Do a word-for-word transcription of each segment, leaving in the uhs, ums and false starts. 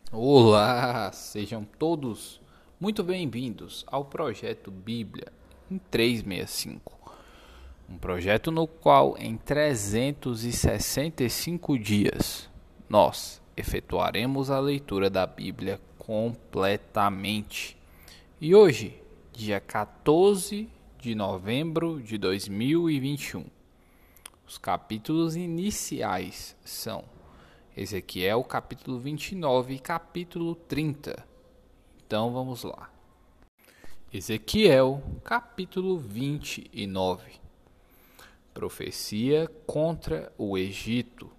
Olá, sejam todos muito bem-vindos ao projeto Bíblia em trezentos e sessenta e cinco, um projeto no qual em trezentos e sessenta e cinco dias nós efetuaremos a leitura da Bíblia completamente. E hoje, dia quatorze de novembro de dois mil e vinte e um, os capítulos iniciais são Ezequiel capítulo vinte e nove e capítulo trinta. Então vamos lá. Ezequiel capítulo vinte e nove. Profecia contra o Egito.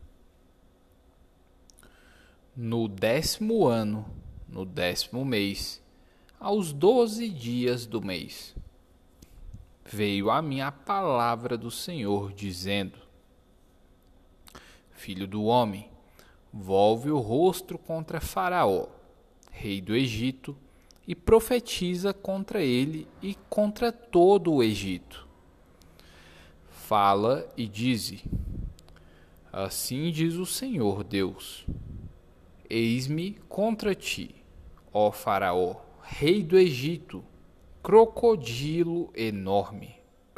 No décimo ano, no décimo mês, aos doze dias do mês, veio a mim a palavra do Senhor, dizendo: Filho do homem, volve o rosto contra Faraó, rei do Egito, e profetiza contra ele e contra todo o Egito. Fala e dize: Assim diz o Senhor Deus: Eis-me contra ti, ó Faraó, rei do Egito, crocodilo enorme,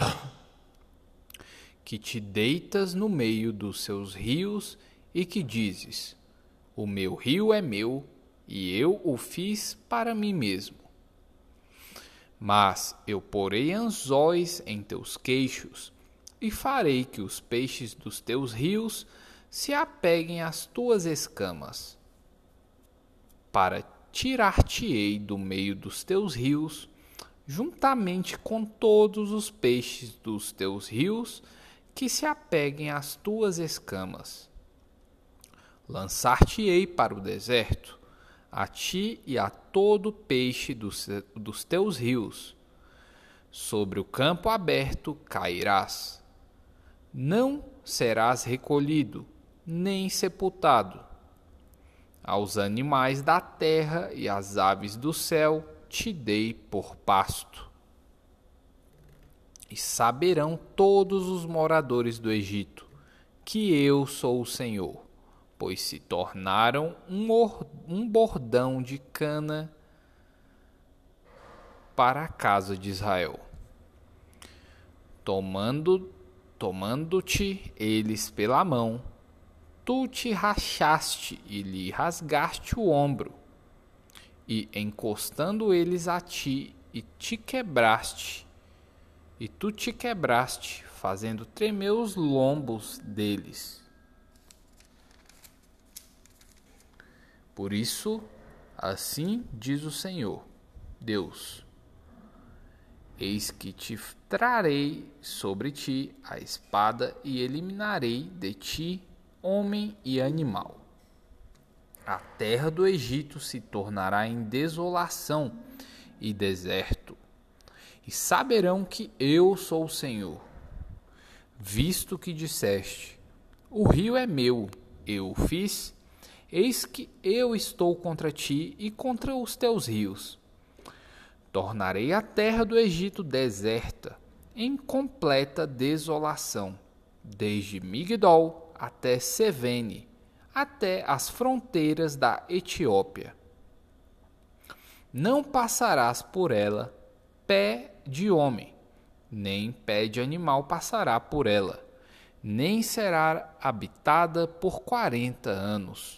que te deitas no meio dos seus rios e que dizes: O meu rio é meu, e eu o fiz para mim mesmo. Mas eu porei anzóis em teus queixos, e farei que os peixes dos teus rios se apeguem às tuas escamas. Para tirar-te-ei do meio dos teus rios, juntamente com todos os peixes dos teus rios que se apeguem às tuas escamas. Lançar-te-ei para o deserto, a ti e a todo peixe dos, dos teus rios. Sobre o campo aberto cairás. Não serás recolhido, nem sepultado. Aos animais da terra e às aves do céu te dei por pasto. E saberão todos os moradores do Egito que eu sou o Senhor, pois se tornaram um bordão de cana para a casa de Israel. Tomando, tomando-te eles pela mão, tu te rachaste e lhe rasgaste o ombro, e encostando eles a ti, e te quebraste, e tu te quebraste, fazendo tremer os lombos deles. Por isso, assim diz o Senhor, Deus: Eis que te trarei sobre ti a espada e eliminarei de ti homem e animal. A terra do Egito se tornará em desolação e deserto, e saberão que eu sou o Senhor, visto que disseste: O rio é meu, eu o fiz. Eis que eu estou contra ti e contra os teus rios. Tornarei a terra do Egito deserta, em completa desolação, desde Migdol até Sevene, até as fronteiras da Etiópia. Não passarás por ela pé de homem, nem pé de animal passará por ela, nem será habitada por quarenta anos.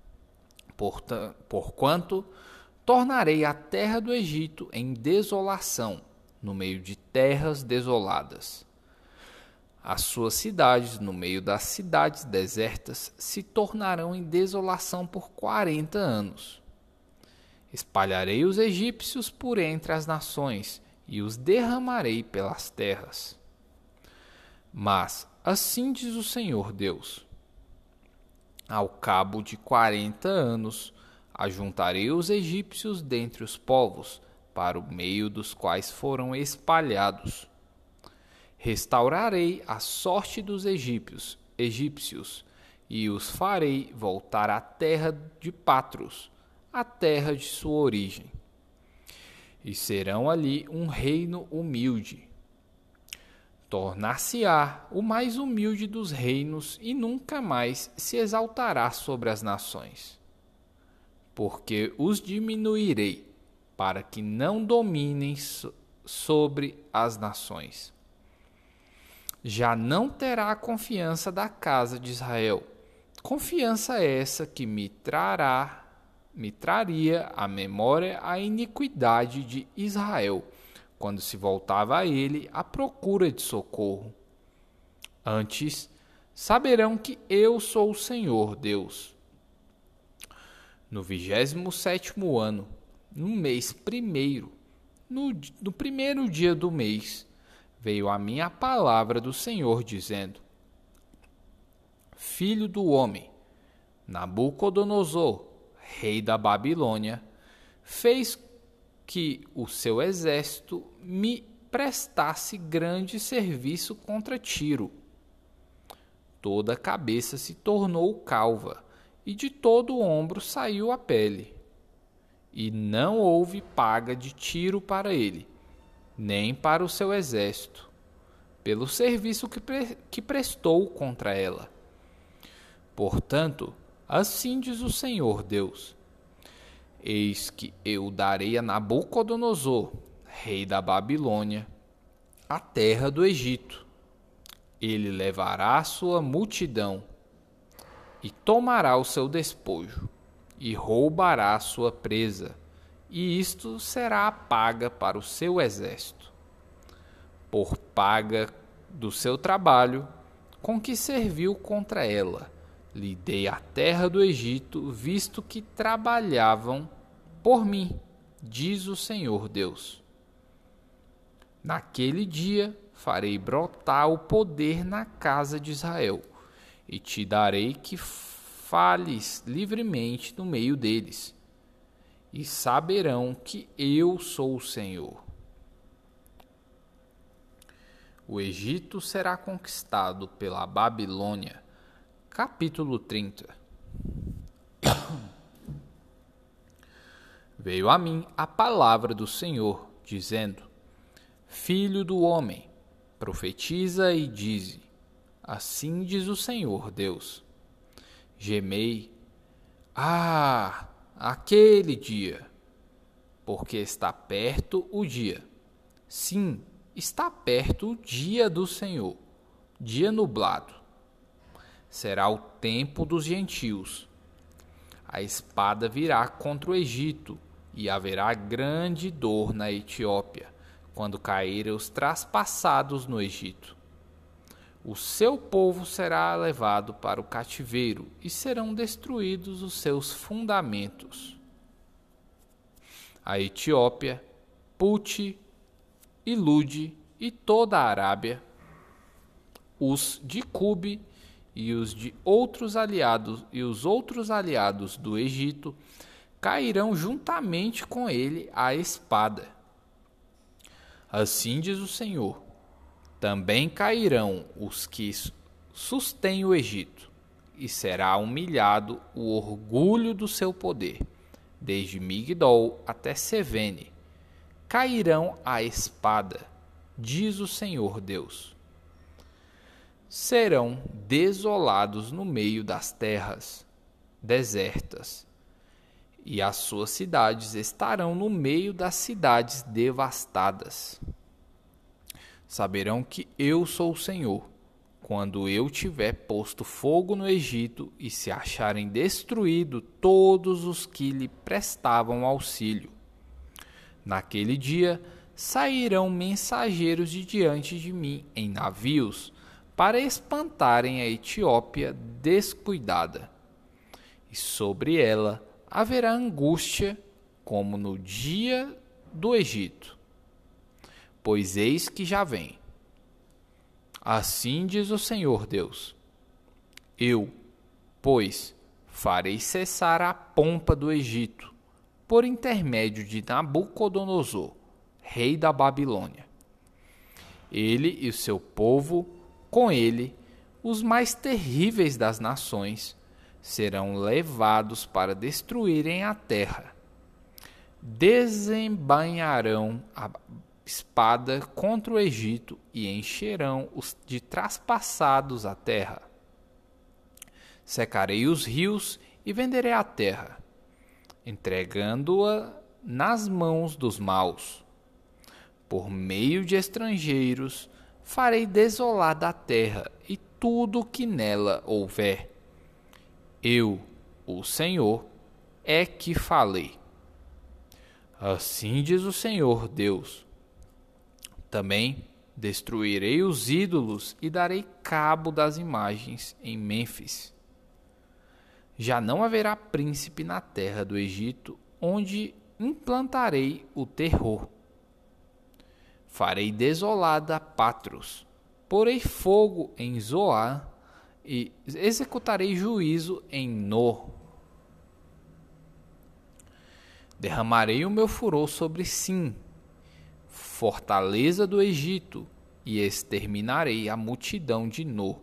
Porquanto tornarei a terra do Egito em desolação, no meio de terras desoladas. As suas cidades, no meio das cidades desertas, se tornarão em desolação por quarenta anos. Espalharei os egípcios por entre as nações, e os derramarei pelas terras. Mas assim diz o Senhor Deus: Ao cabo de quarenta anos, ajuntarei os egípcios dentre os povos, para o meio dos quais foram espalhados. Restaurarei a sorte dos egípcios, egípcios, e os farei voltar à terra de Patros, a terra de sua origem. E serão ali um reino humilde. Tornar-se-á o mais humilde dos reinos e nunca mais se exaltará sobre as nações. porque os diminuirei, para que não dominem so- sobre as nações. Já não terá a confiança da casa de Israel, confiança essa que me trará, me traria à memória a iniquidade de Israel, quando se voltava a ele à procura de socorro. Antes, saberão que eu sou o Senhor Deus. No vigésimo sétimo ano, no mês primeiro, no, no primeiro dia do mês, veio a mim a palavra do Senhor, dizendo: Filho do homem, Nabucodonosor, rei da Babilônia, fez que o seu exército me prestasse grande serviço contra Tiro. Toda a cabeça se tornou calva, e de todo o ombro saiu a pele. E não houve paga de Tiro para ele, nem para o seu exército, pelo serviço que, pre que prestou contra ela. Portanto, assim diz o Senhor Deus: Eis que eu darei a Nabucodonosor, rei da Babilônia, a terra do Egito. Ele levará a sua multidão e tomará o seu despojo e roubará a sua presa, e isto será a paga para o seu exército, por paga do seu trabalho com que serviu contra ela. Lhe dei a terra do Egito, visto que trabalhavam por mim, diz o Senhor Deus. Naquele dia farei brotar o poder na casa de Israel, e te darei que fales livremente no meio deles, e saberão que eu sou o Senhor. O Egito será conquistado pela Babilônia. Capítulo trinta. Veio a mim a palavra do Senhor, dizendo: Filho do homem, profetiza e dize: Assim diz o Senhor Deus. Gemei, ah, aquele dia, porque está perto o dia. Sim, está perto o dia do Senhor, dia nublado. Será o tempo dos gentios. A espada virá contra o Egito, e haverá grande dor na Etiópia, quando caírem os traspassados no Egito. O seu povo será levado para o cativeiro, e serão destruídos os seus fundamentos. A Etiópia, Puti e Lude e toda a Arábia, os de Cube e os de outros aliados e os outros aliados do Egito cairão juntamente com ele à espada. Assim diz o Senhor: também cairão os que sustêm o Egito, e será humilhado o orgulho do seu poder, desde Migdol até Sevene. Cairão à espada, diz o Senhor Deus. Serão desolados no meio das terras desertas, e as suas cidades estarão no meio das cidades devastadas. Saberão que eu sou o Senhor, quando eu tiver posto fogo no Egito e se acharem destruídos todos os que lhe prestavam auxílio. Naquele dia sairão mensageiros de diante de mim em navios, para espantarem a Etiópia descuidada. E sobre ela haverá angústia, como no dia do Egito. Pois eis que já vem. Assim diz o Senhor Deus: eu, pois, farei cessar a pompa do Egito, por intermédio de Nabucodonosor, rei da Babilônia. Ele e o seu povo, com ele, os mais terríveis das nações, serão levados para destruírem a terra. Desembainharão a espada contra o Egito e encherão os de traspassados a terra. Secarei os rios e venderei a terra. entregando-a nas mãos dos maus. Por meio de estrangeiros, farei desolada a terra e tudo o que nela houver. Eu, o Senhor, é que falei. Assim diz o Senhor Deus. Também destruirei os ídolos e darei cabo das imagens em Mênfis. Já não haverá príncipe na terra do Egito, onde implantarei o terror. Farei desolada Patros, porei fogo em Zoar e executarei juízo em No. Derramarei o meu furor sobre Sim, fortaleza do Egito, e exterminarei a multidão de No.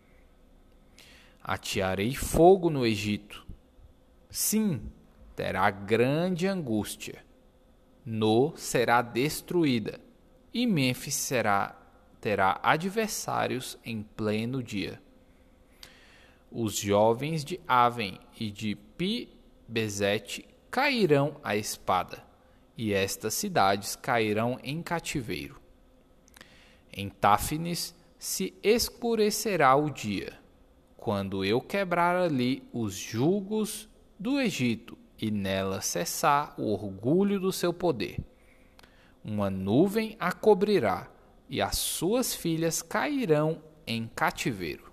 Atearei fogo no Egito. Sim, terá grande angústia. No será destruída, e Mênfis será, terá adversários em pleno dia. Os jovens de Aven e de Pi-Besete cairão à espada, e estas cidades cairão em cativeiro. Em Táfnis se escurecerá o dia, quando eu quebrar ali os julgos do Egito e nela cessar o orgulho do seu poder. Uma nuvem a cobrirá, e as suas filhas cairão em cativeiro.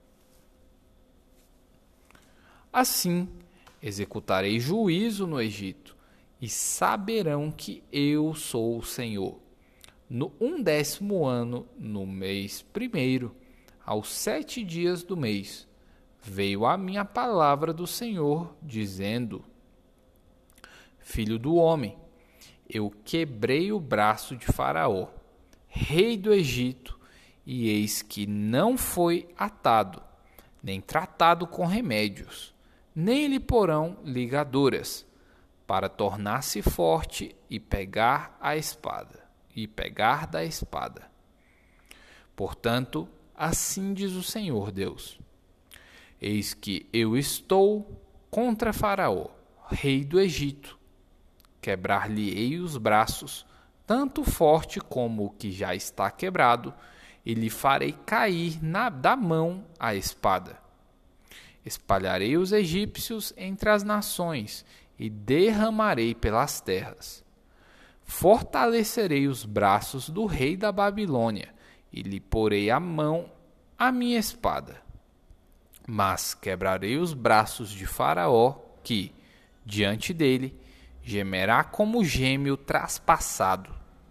Assim, executarei juízo no Egito, e saberão que eu sou o Senhor. No undécimo ano, no mês primeiro, aos sete dias do mês, veio a minha palavra do Senhor, dizendo: Filho do homem, eu quebrei o braço de Faraó, rei do Egito, e eis que não foi atado, nem tratado com remédios, nem lhe porão ligaduras, para tornar-se forte e pegar a espada, e pegar da espada. Portanto, assim diz o Senhor Deus: Eis que eu estou contra Faraó, rei do Egito. Quebrar-lhe-ei os braços, tanto forte como o que já está quebrado, e lhe farei cair na, da mão a espada. Espalharei os egípcios entre as nações, e derramarei pelas terras. Fortalecerei os braços do rei da Babilônia, e lhe porei a mão a minha espada. Mas quebrarei os braços de Faraó, que, diante dele, gemerá como gêmeo traspassado.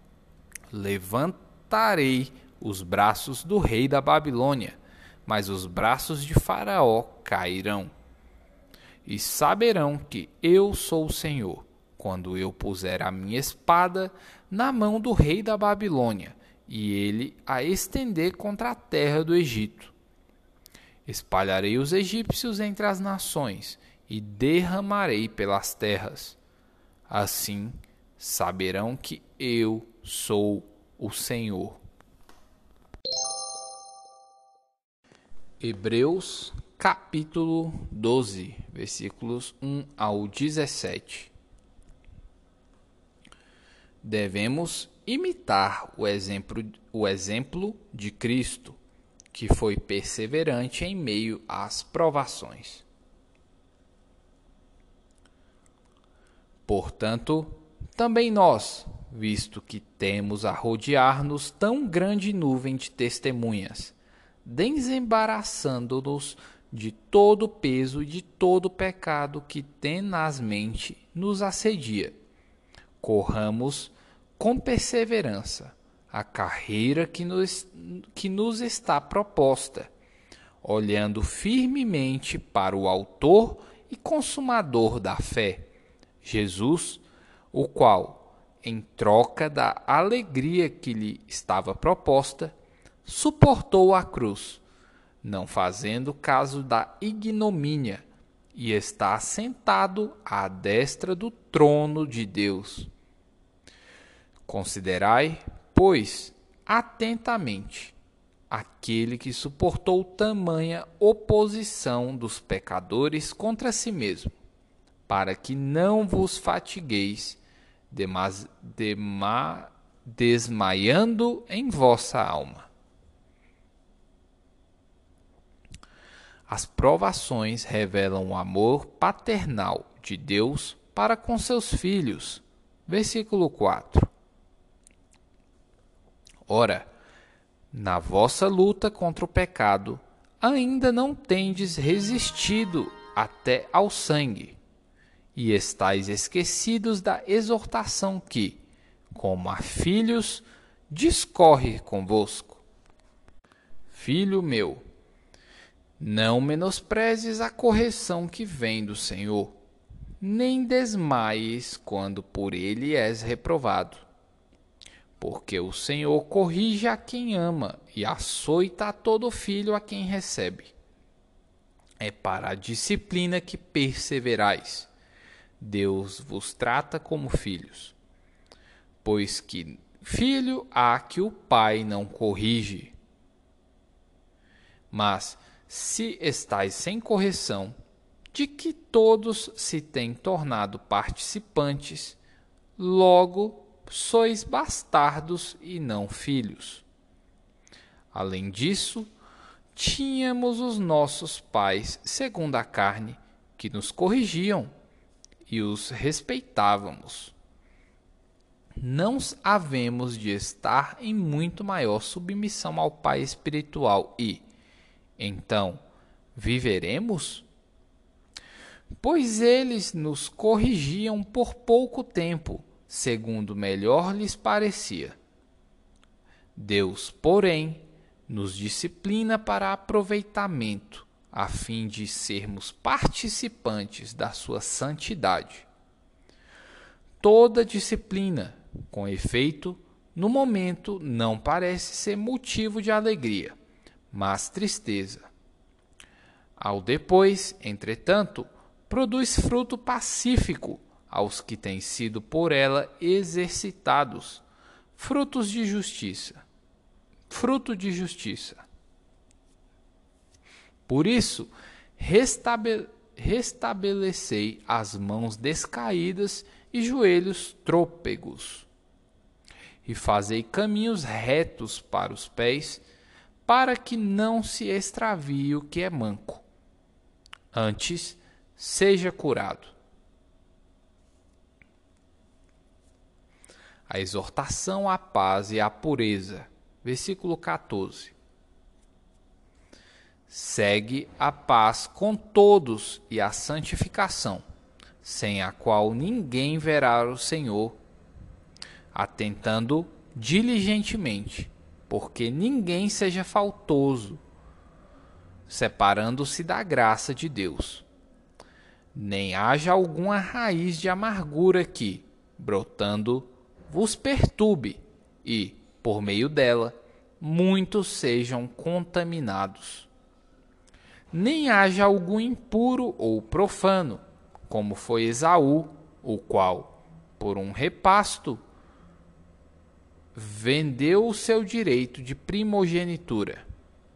Levantarei os braços do rei da Babilônia, mas os braços de Faraó cairão. E saberão que eu sou o Senhor, quando eu puser a minha espada na mão do rei da Babilônia, e ele a estender contra a terra do Egito. Espalharei os egípcios entre as nações, e derramarei pelas terras. Assim saberão que eu sou o Senhor. Hebreus capítulo doze, versículos um ao dezessete. Devemos imitar o exemplo, o exemplo de Cristo, que foi perseverante em meio às provações. Portanto, também nós, visto que temos a rodear-nos tão grande nuvem de testemunhas, desembaraçando-nos de todo o peso e de todo o pecado que tenazmente nos assedia, corramos com perseverança a carreira que nos, que nos está proposta, olhando firmemente para o Autor e Consumador da fé, Jesus, o qual, em troca da alegria que lhe estava proposta, suportou a cruz, não fazendo caso da ignomínia, e está assentado à destra do trono de Deus. Considerai, pois, atentamente aquele que suportou tamanha oposição dos pecadores contra si mesmo, para que não vos fatigueis, demas, dema, desmaiando em vossa alma. As provações revelam o amor paternal de Deus para com seus filhos. Versículo quatro. Ora, na vossa luta contra o pecado, ainda não tendes resistido até ao sangue, e estáis esquecidos da exortação que, como a filhos, discorre convosco. Filho meu, não menosprezes a correção que vem do Senhor, nem desmaies quando por ele és reprovado. Porque o Senhor corrige a quem ama e açoita a todo filho a quem recebe. É para a disciplina que perseverais. Deus vos trata como filhos. Pois que filho há que o pai não corrige. Mas, se estáis sem correção, de que todos se têm tornado participantes, logo sois bastardos e não filhos. Além disso, tínhamos os nossos pais, segundo a carne, que nos corrigiam, e os respeitávamos. Não havemos de estar em muito maior submissão ao Pai espiritual e, então, viveremos? Pois eles nos corrigiam por pouco tempo, segundo melhor lhes parecia. Deus, porém, nos disciplina para aproveitamento, a fim de sermos participantes da sua santidade. Toda disciplina, com efeito, no momento não parece ser motivo de alegria, mas tristeza. Ao depois, entretanto, produz fruto pacífico aos que têm sido por ela exercitados, frutos de justiça. Fruto de justiça. Por isso, restabele- restabelecei as mãos descaídas e joelhos trôpegos, e fazei caminhos retos para os pés, para que não se extravie o que é manco. Antes, seja curado. A exortação à paz e à pureza. Versículo quatorze. Segue a paz com todos e a santificação, sem a qual ninguém verá o Senhor, atentando diligentemente, porque ninguém seja faltoso, separando-se da graça de Deus. Nem haja alguma raiz de amargura que, brotando, vos perturbe e, por meio dela, muitos sejam contaminados. Nem haja algum impuro ou profano, como foi Esaú, o qual, por um repasto, vendeu o seu direito de primogenitura.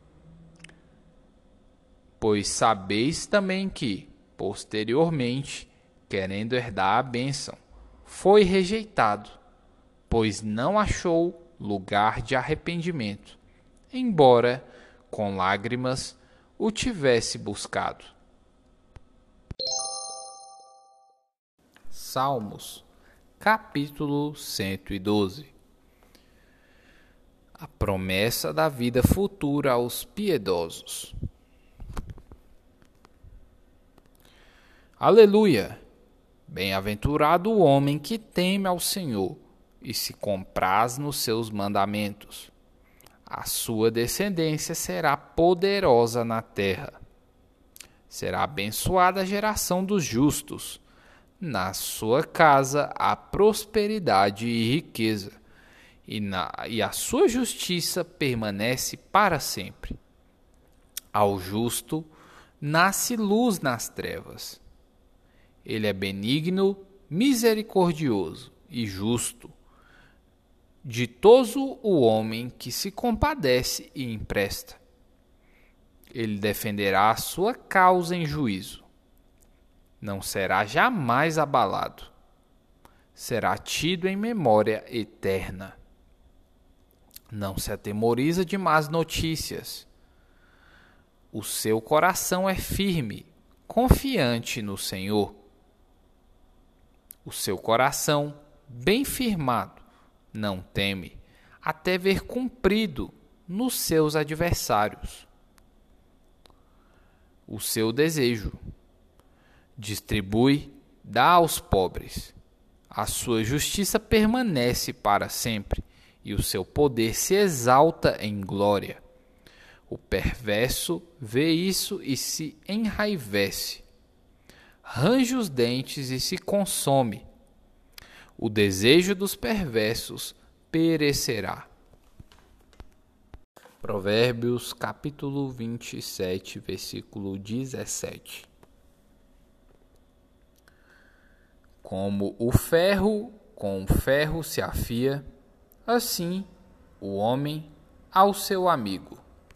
Pois sabeis também que, posteriormente, querendo herdar a bênção, foi rejeitado, pois não achou lugar de arrependimento, embora, com lágrimas, o tivesse buscado. Salmos, capítulo cento e doze. A promessa da vida futura aos piedosos. Aleluia! Bem-aventurado o homem que teme ao Senhor e se compraz nos seus mandamentos. A sua descendência será poderosa na terra. Será abençoada a geração dos justos. Na sua casa há prosperidade e riqueza, e, na, e a sua justiça permanece para sempre. Ao justo nasce luz nas trevas. Ele é benigno, misericordioso e justo. Ditoso o homem que se compadece e empresta. Ele defenderá a sua causa em juízo. não será jamais abalado. Será tido em memória eterna. Não se atemoriza de más notícias. O seu coração é firme, confiante no Senhor. O seu coração, bem firmado, não teme, até ver cumprido nos seus adversários o seu desejo. Distribui, dá aos pobres. A sua justiça permanece para sempre, e o seu poder se exalta em glória. O perverso vê isso e se enraivece. Range os dentes e se consome. O desejo dos perversos perecerá. Provérbios capítulo vinte e sete, versículo dezessete. Como o ferro com o ferro se afia, assim o homem ao seu amigo.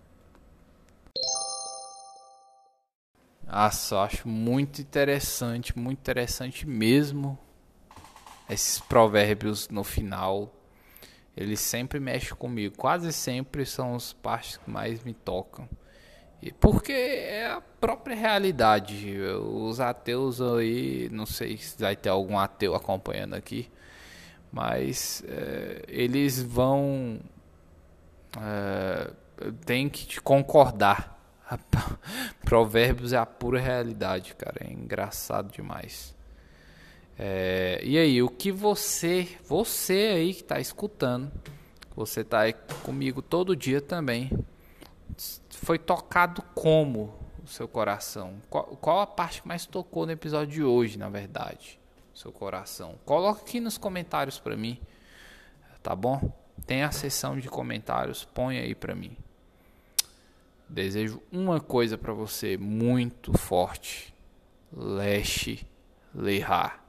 Nossa, eu acho muito interessante, muito interessante mesmo. Esses provérbios no final, eles sempre mexem comigo. Quase sempre são as partes que mais me tocam. E porque é a própria realidade. Os ateus aí, não sei se vai ter algum ateu acompanhando aqui, mas é, eles vão... É, tem que concordar. Provérbios é a pura realidade, cara. É engraçado demais. É, e aí, o que você, você aí que está escutando, você está aí comigo todo dia também, foi tocado como o seu coração? Qual, qual a parte que mais tocou no episódio de hoje, na verdade? O seu coração. Coloca aqui nos comentários para mim, tá bom? Tem a seção de comentários, põe aí para mim. Desejo uma coisa para você muito forte. Leche Lehar.